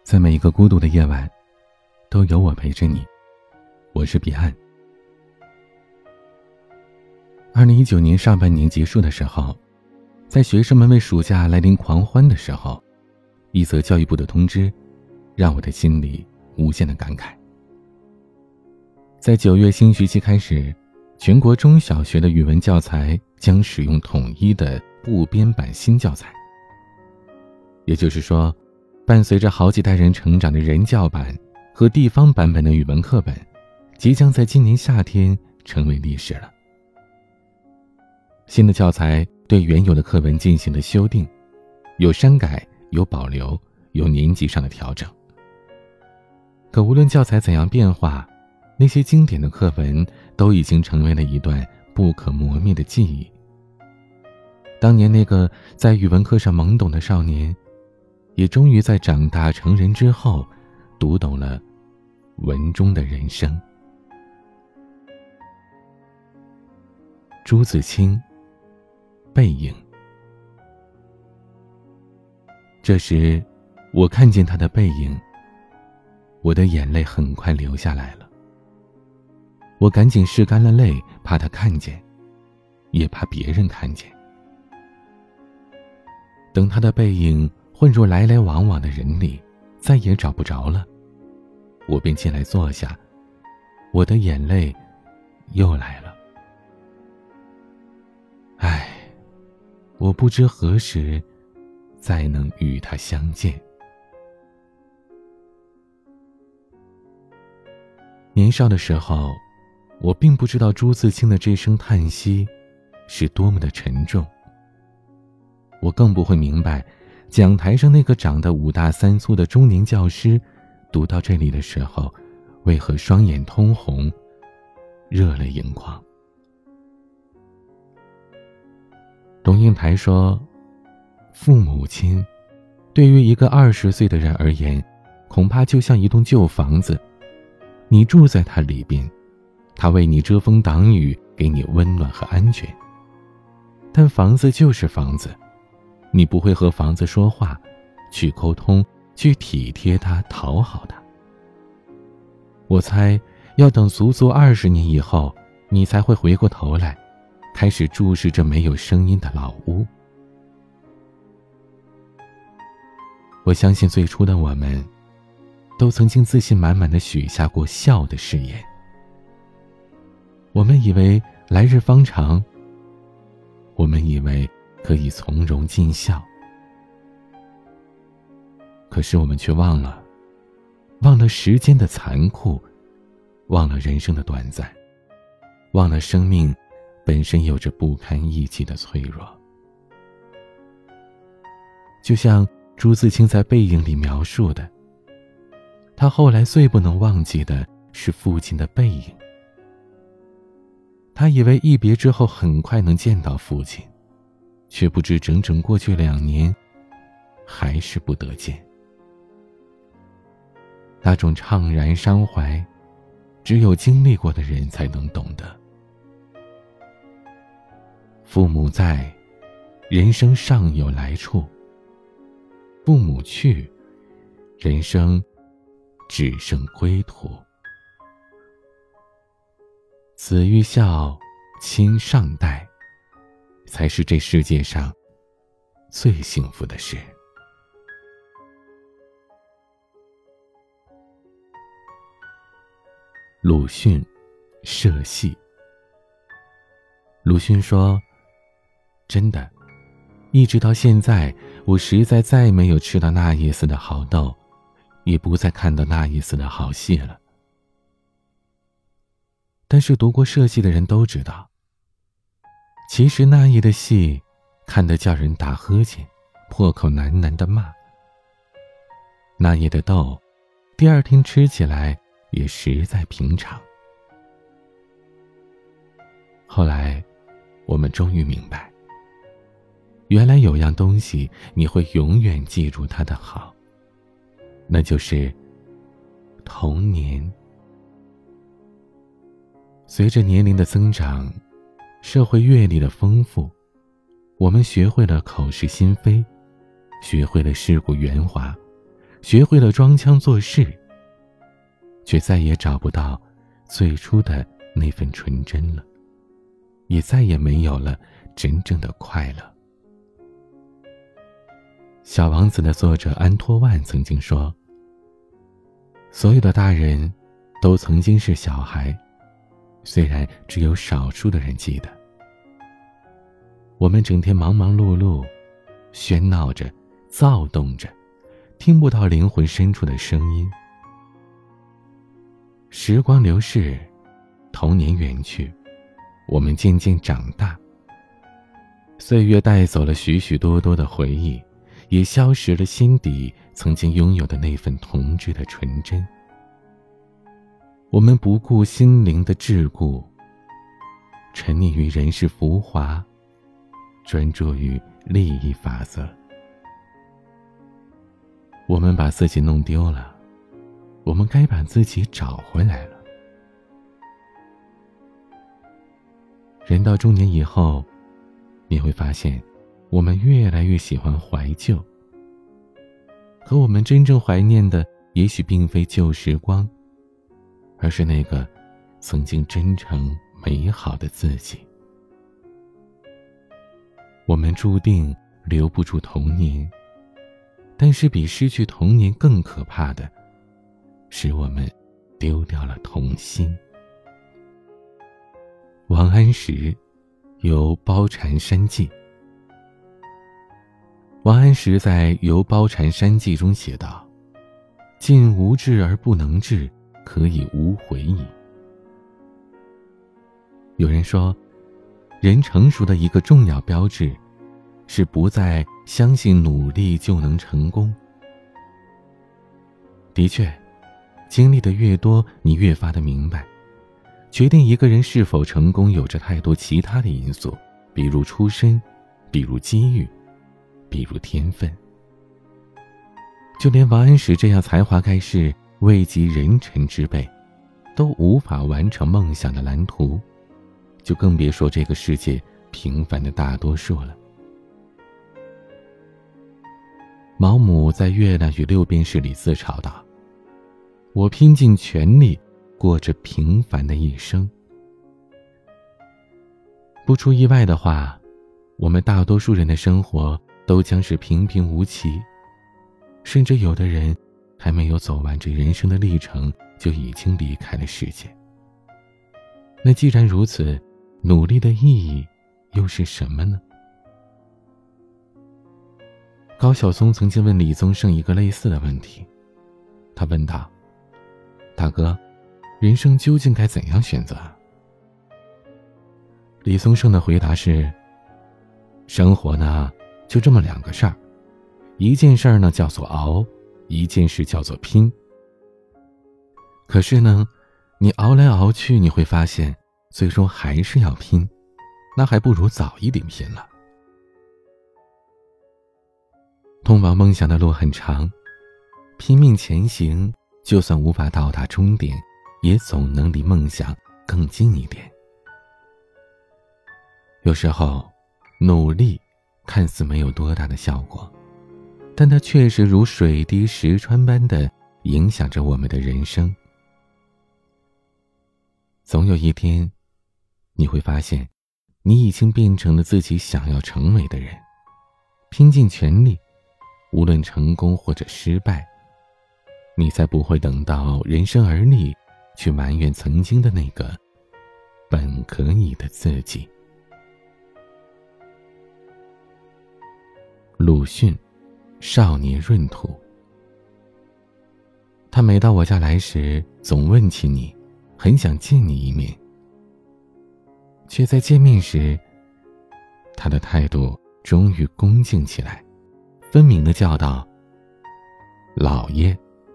在每一个孤独的夜晚，都有我陪着你。我是彼岸。2019年上半年结束的时候，在学生们为暑假来临狂欢的时候，一则教育部的通知让我的心里无限的感慨。在9月新学期开始，全国中小学的语文教材将使用统一的部编版新教材。也就是说，伴随着好几代人成长的人教版和地方版本的语文课本，即将在今年夏天成为历史了。新的教材对原有的课文进行了修订，有删改，有保留，有年级上的调整。可无论教材怎样变化，那些经典的课文都已经成为了一段不可磨灭的记忆。当年那个在语文课上懵懂的少年，也终于在长大成人之后，读懂了文中的人生。朱自清，背影。这时，我看见他的背影，我的眼泪很快流下来了。我赶紧拭干了泪，怕他看见，也怕别人看见。等他的背影混入来来往往的人里，再也找不着了，我便进来坐下，我的眼泪又来了。唉，我不知何时再能与他相见。年少的时候，我并不知道朱自清的这声叹息是多么的沉重，我更不会明白讲台上那个长得5大3粗的中年教师读到这里的时候，为何双眼通红，热泪盈眶。龙应台说，父母亲对于一个20岁的人而言，恐怕就像一栋旧房子，你住在它里边，它为你遮风挡雨，给你温暖和安全。但房子就是房子，你不会和房子说话，去沟通，去体贴它，讨好它。我猜要等足足20年以后，你才会回过头来，开始注视着没有声音的老屋。我相信最初的我们，都曾经自信满满地许下过笑的誓言。我们以为来日方长，我们以为可以从容尽孝，可是我们却忘了时间的残酷，忘了人生的短暂，忘了生命本身有着不堪一击的脆弱。就像朱自清在《背影》里描述的，他后来最不能忘记的是父亲的背影。他以为一别之后很快能见到父亲，却不知整整过去2年，还是不得见。那种怅然伤怀，只有经历过的人才能懂得。父母在，人生尚有来处；父母去，人生只剩归途。子欲孝，亲尚待，才是这世界上最幸福的事。鲁迅社戏。鲁迅说，真的，一直到现在，我实在再没有吃到那一丝的好豆，也不再看到那一丝的好戏了。但是读过社戏的人都知道，其实那夜的戏看得叫人打呵欠，破口喃喃地骂。那夜的豆，第2天吃起来也实在平常。后来我们终于明白，原来有样东西你会永远记住它的好，那就是童年。随着年龄的增长，社会阅历的丰富，我们学会了口是心非，学会了世故圆滑， 学会了装腔作势，却再也找不到最初的那份纯真了，也再也没有了真正的快乐。小王子的作者安托万曾经说，所有的大人都曾经是小孩，虽然只有少数的人记得。我们整天忙忙碌碌，喧闹着，躁动着，听不到灵魂深处的声音。时光流逝，童年远去，我们渐渐长大，岁月带走了许许多多的回忆，也消蚀了心底曾经拥有的那份童稚的纯真。我们不顾心灵的桎梏，沉溺于人世浮华，专注于利益法则。我们把自己弄丢了，我们该把自己找回来了。人到中年以后，你会发现我们越来越喜欢怀旧，可我们真正怀念的也许并非旧时光，而是那个曾经真诚美好的自己。我们注定留不住童年，但是比失去童年更可怕的是我们丢掉了童心。王安石游褒禅山记。王安石在游褒禅山记中写道，尽无志而不能至，可以无悔矣。有人说，人成熟的一个重要标志是不再相信努力就能成功。的确，经历的越多，你越发的明白，决定一个人是否成功有着太多其他的因素，比如出身，比如机遇，比如天分。就连王安石这样才华盖世、位极人臣之辈，都无法完成梦想的蓝图，就更别说这个世界平凡的大多数了。毛姆在《月亮与六便士》里自嘲道，我拼尽全力过着平凡的一生。不出意外的话，我们大多数人的生活都将是平平无奇，甚至有的人还没有走完这人生的历程，就已经离开了世界。那既然如此，努力的意义又是什么呢？高晓松曾经问李宗盛一个类似的问题，他问道，大哥，人生究竟该怎样选择？李宗盛的回答是，生活呢，就这么两个事儿，一件事儿呢叫做熬，一件事叫做拼。可是呢，你熬来熬去，你会发现最终还是要拼，那还不如早一点拼了。通往梦想的路很长，拼命前行，就算无法到达终点，也总能离梦想更近一点。有时候，努力看似没有多大的效果，但它确实如水滴石穿般的影响着我们的人生。总有一天，你会发现，你已经变成了自己想要成为的人，拼尽全力，无论成功或者失败，你才不会等到人生而立，去埋怨曾经的那个本可以的自己。鲁迅，少年闰土。他每到我家来时，总问起你，很想见你一面，却在见面时，他的态度终于恭敬起来，分明地叫道：老爷。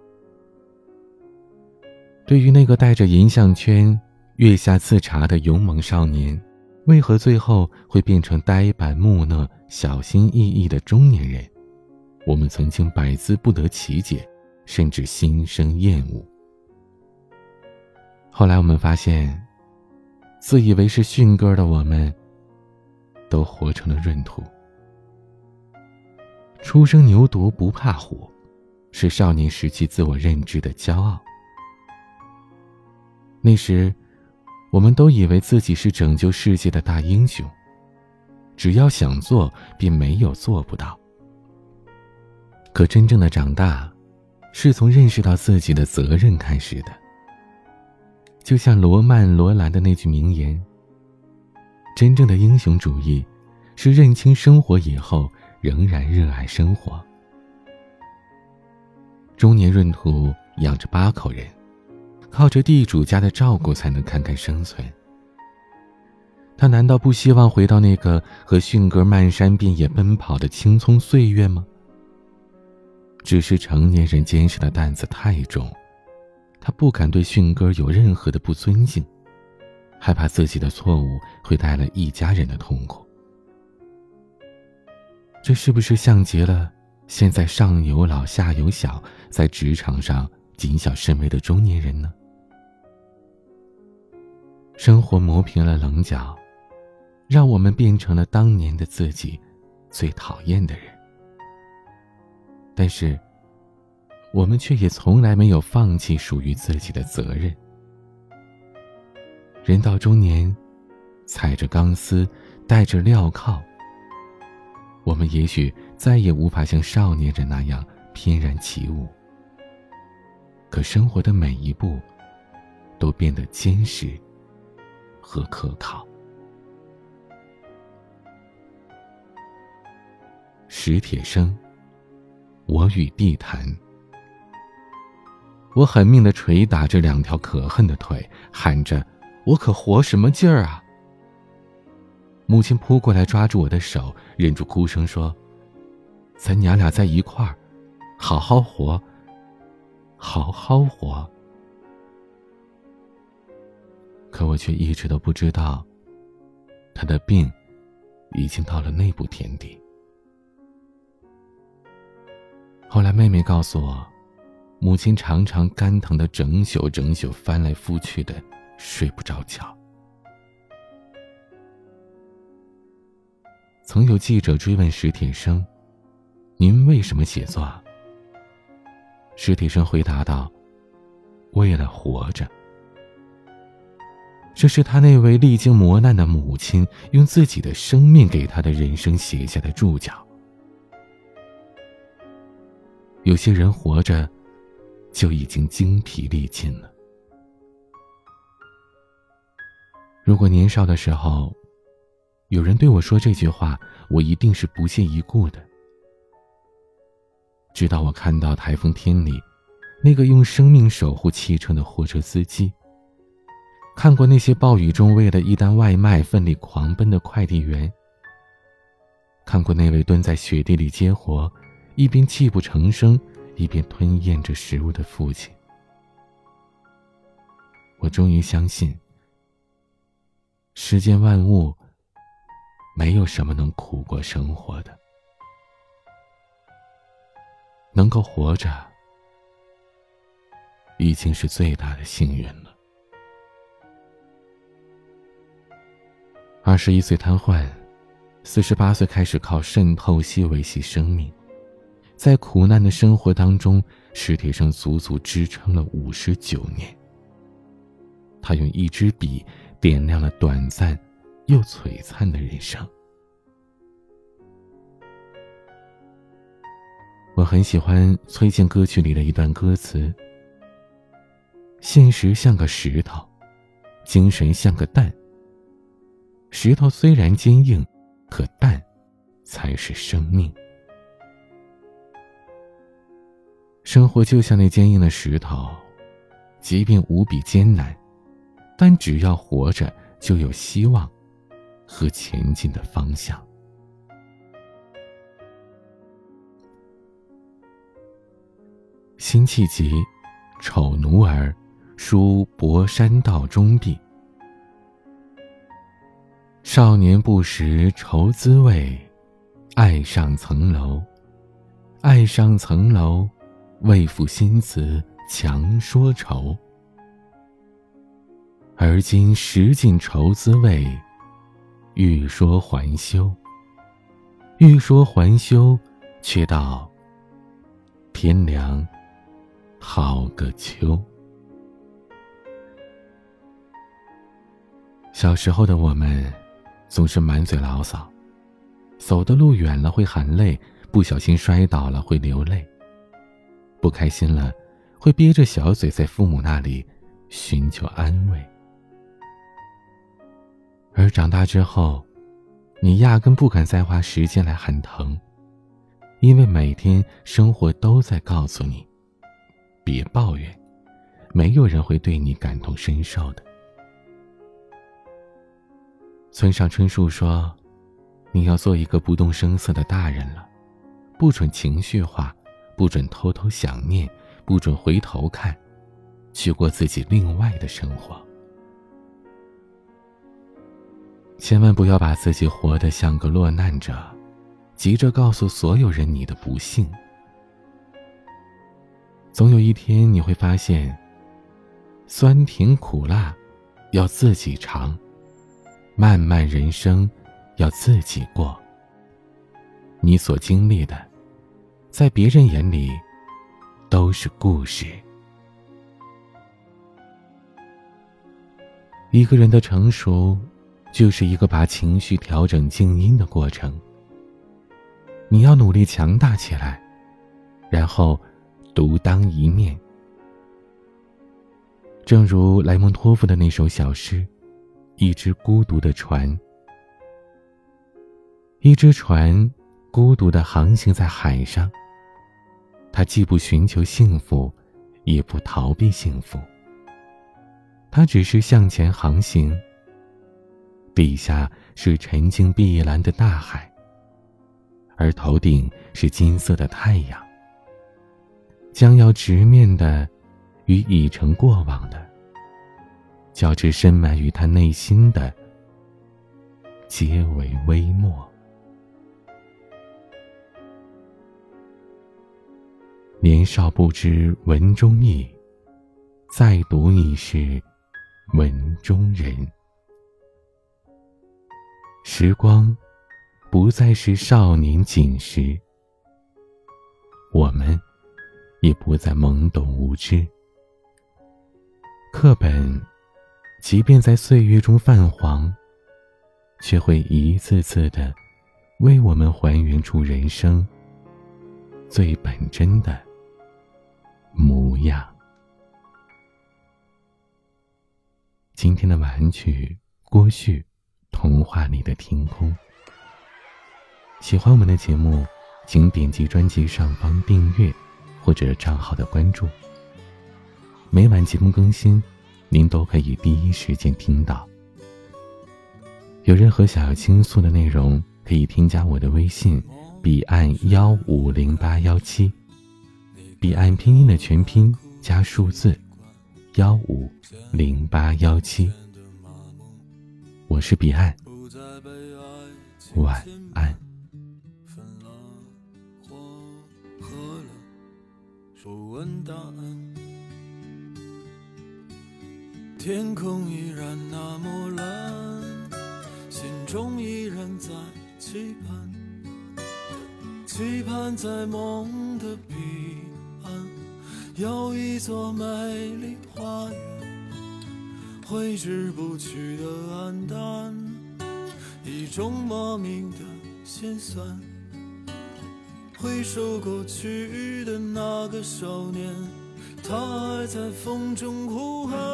对于那个带着银项圈月下刺茶的勇猛少年，为何最后会变成呆板木讷、小心翼翼的中年人，我们曾经百思不得其解，甚至心生厌恶。后来我们发现，自以为是驯鸽的我们，都活成了闰土。初生牛犊不怕虎， 是少年时期自我认知的骄傲。那时，我们都以为自己是拯救世界的大英雄，只要想做，便没有做不到。可真正的长大，是从认识到自己的责任开始的。就像罗曼·罗兰的那句名言，真正的英雄主义是认清生活以后仍然热爱生活。中年闰土养着8口人，靠着地主家的照顾才能堪堪生存。他难道不希望回到那个和迅哥漫山遍野奔跑的青葱岁月吗？只是成年人肩上的担子太重，他不敢对迅哥有任何的不尊敬，害怕自己的错误会带来一家人的痛苦。这是不是像极了现在上有老下有小，在职场上谨小慎微的中年人呢？生活磨平了棱角，让我们变成了当年的自己最讨厌的人。但是我们却也从来没有放弃属于自己的责任。人到中年，踩着钢丝，带着镣铐，我们也许再也无法像少年人那样翩然起舞，可生活的每一步都变得坚实和可靠。史铁生，我与地坛。我狠命地捶打这2条可恨的腿，喊着我可活什么劲儿啊！母亲扑过来抓住我的手，忍住哭声说，咱娘俩在一块儿，好好活，好好活。可我却一直都不知道，她的病已经到了那步田地。后来妹妹告诉我，母亲常常肝疼的整宿翻来覆去的，睡不着觉。曾有记者追问史铁生，您为什么写作啊？史铁生回答道，为了活着。这是他那位历经磨难的母亲用自己的生命给他的人生写下的注脚。有些人活着就已经精疲力尽了。如果年少的时候有人对我说这句话，我一定是不屑一顾的。直到我看到台风天里那个用生命守护汽车的货车司机，看过那些暴雨中为了一单外卖奋力狂奔的快递员，看过那位蹲在雪地里接活，一边泣不成声一边吞咽着食物的父亲，我终于相信，世间万物没有什么能苦过生活的。能够活着已经是最大的幸运了。21岁瘫痪，48岁开始靠肾透析维系生命。在苦难的生活当中，史铁生足足支撑了59年。他用一支笔点亮了短暂又璀璨的人生。我很喜欢崔健歌曲里的一段歌词，现实像个石头，精神像个蛋。石头虽然坚硬，可蛋才是生命。生活就像那坚硬的石头，即便无比艰难，但只要活着就有希望和前进的方向。辛弃疾《丑奴儿》书博山道中壁。少年不识愁滋味，爱上层楼。爱上层楼，为赋新词强说愁。而今识尽愁滋味，欲说还休。欲说还休，却道天凉好个秋。小时候的我们总是满嘴牢骚，走的路远了会含泪，不小心摔倒了会流泪，不开心了会憋着小嘴在父母那里寻求安慰。而长大之后，你压根不敢再花时间来喊疼，因为每天生活都在告诉你，别抱怨，没有人会对你感同身受的。村上春树说，你要做一个不动声色的大人了，不准情绪化，不准偷偷想念，不准回头看，去过自己另外的生活。千万不要把自己活得像个落难者，急着告诉所有人你的不幸。总有一天你会发现，酸甜苦辣要自己尝，漫漫人生要自己过。你所经历的，在别人眼里都是故事。一个人的成熟，就是一个把情绪调整静音的过程。你要努力强大起来，然后独当一面。正如莱蒙托夫的那首小诗，一只孤独的船。一只船孤独地航行在海上，它既不寻求幸福，也不逃避幸福，它只是向前航行。底下是沉静碧蓝的大海，而头顶是金色的太阳，将要直面的与已成过往的，较之深埋于他内心的，皆为微末。年少不知文中意，再读已是文中人。时光不再是少年锦时，我们也不再懵懂无知。课本即便在岁月中泛黄，却会一次次地为我们还原出人生最本真的模样。今天的晚安曲，郭旭，童话里的天空。喜欢我们的节目，请点击专辑上方订阅或者账号的关注，每晚节目更新，您都可以第一时间听到。有任何想要倾诉的内容，可以添加我的微信彼岸1508117，彼岸拼音的全拼加数字1508117。我是彼岸，晚安。 不问答案，天空依然那么蓝，心中依然在期盼，期盼在梦的彼岸，有一座美丽花园，挥之不去的黯淡，一种莫名的心酸。回首过去的那个少年，他还在风中呼喊。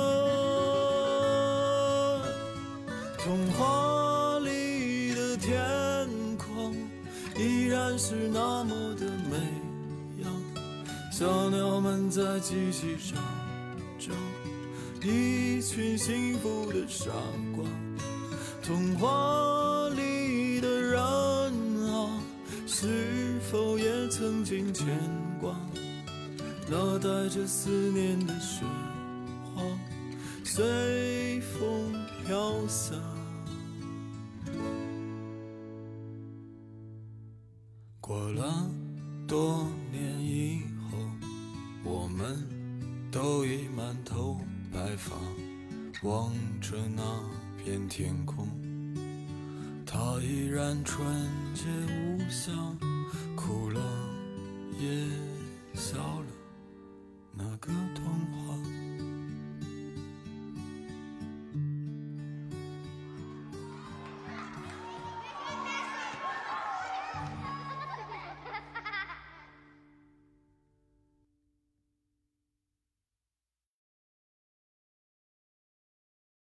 童话里的天空依然是那么的美样，小鸟们在叽叽喳喳，一群幸福的傻瓜。童话里的人啊，是否也曾经牵挂那带着思念的雪花，随风飘散。过了多年以后，我们都已满头白发，望着那片天空，它依然纯洁无瑕，哭了也少了那个童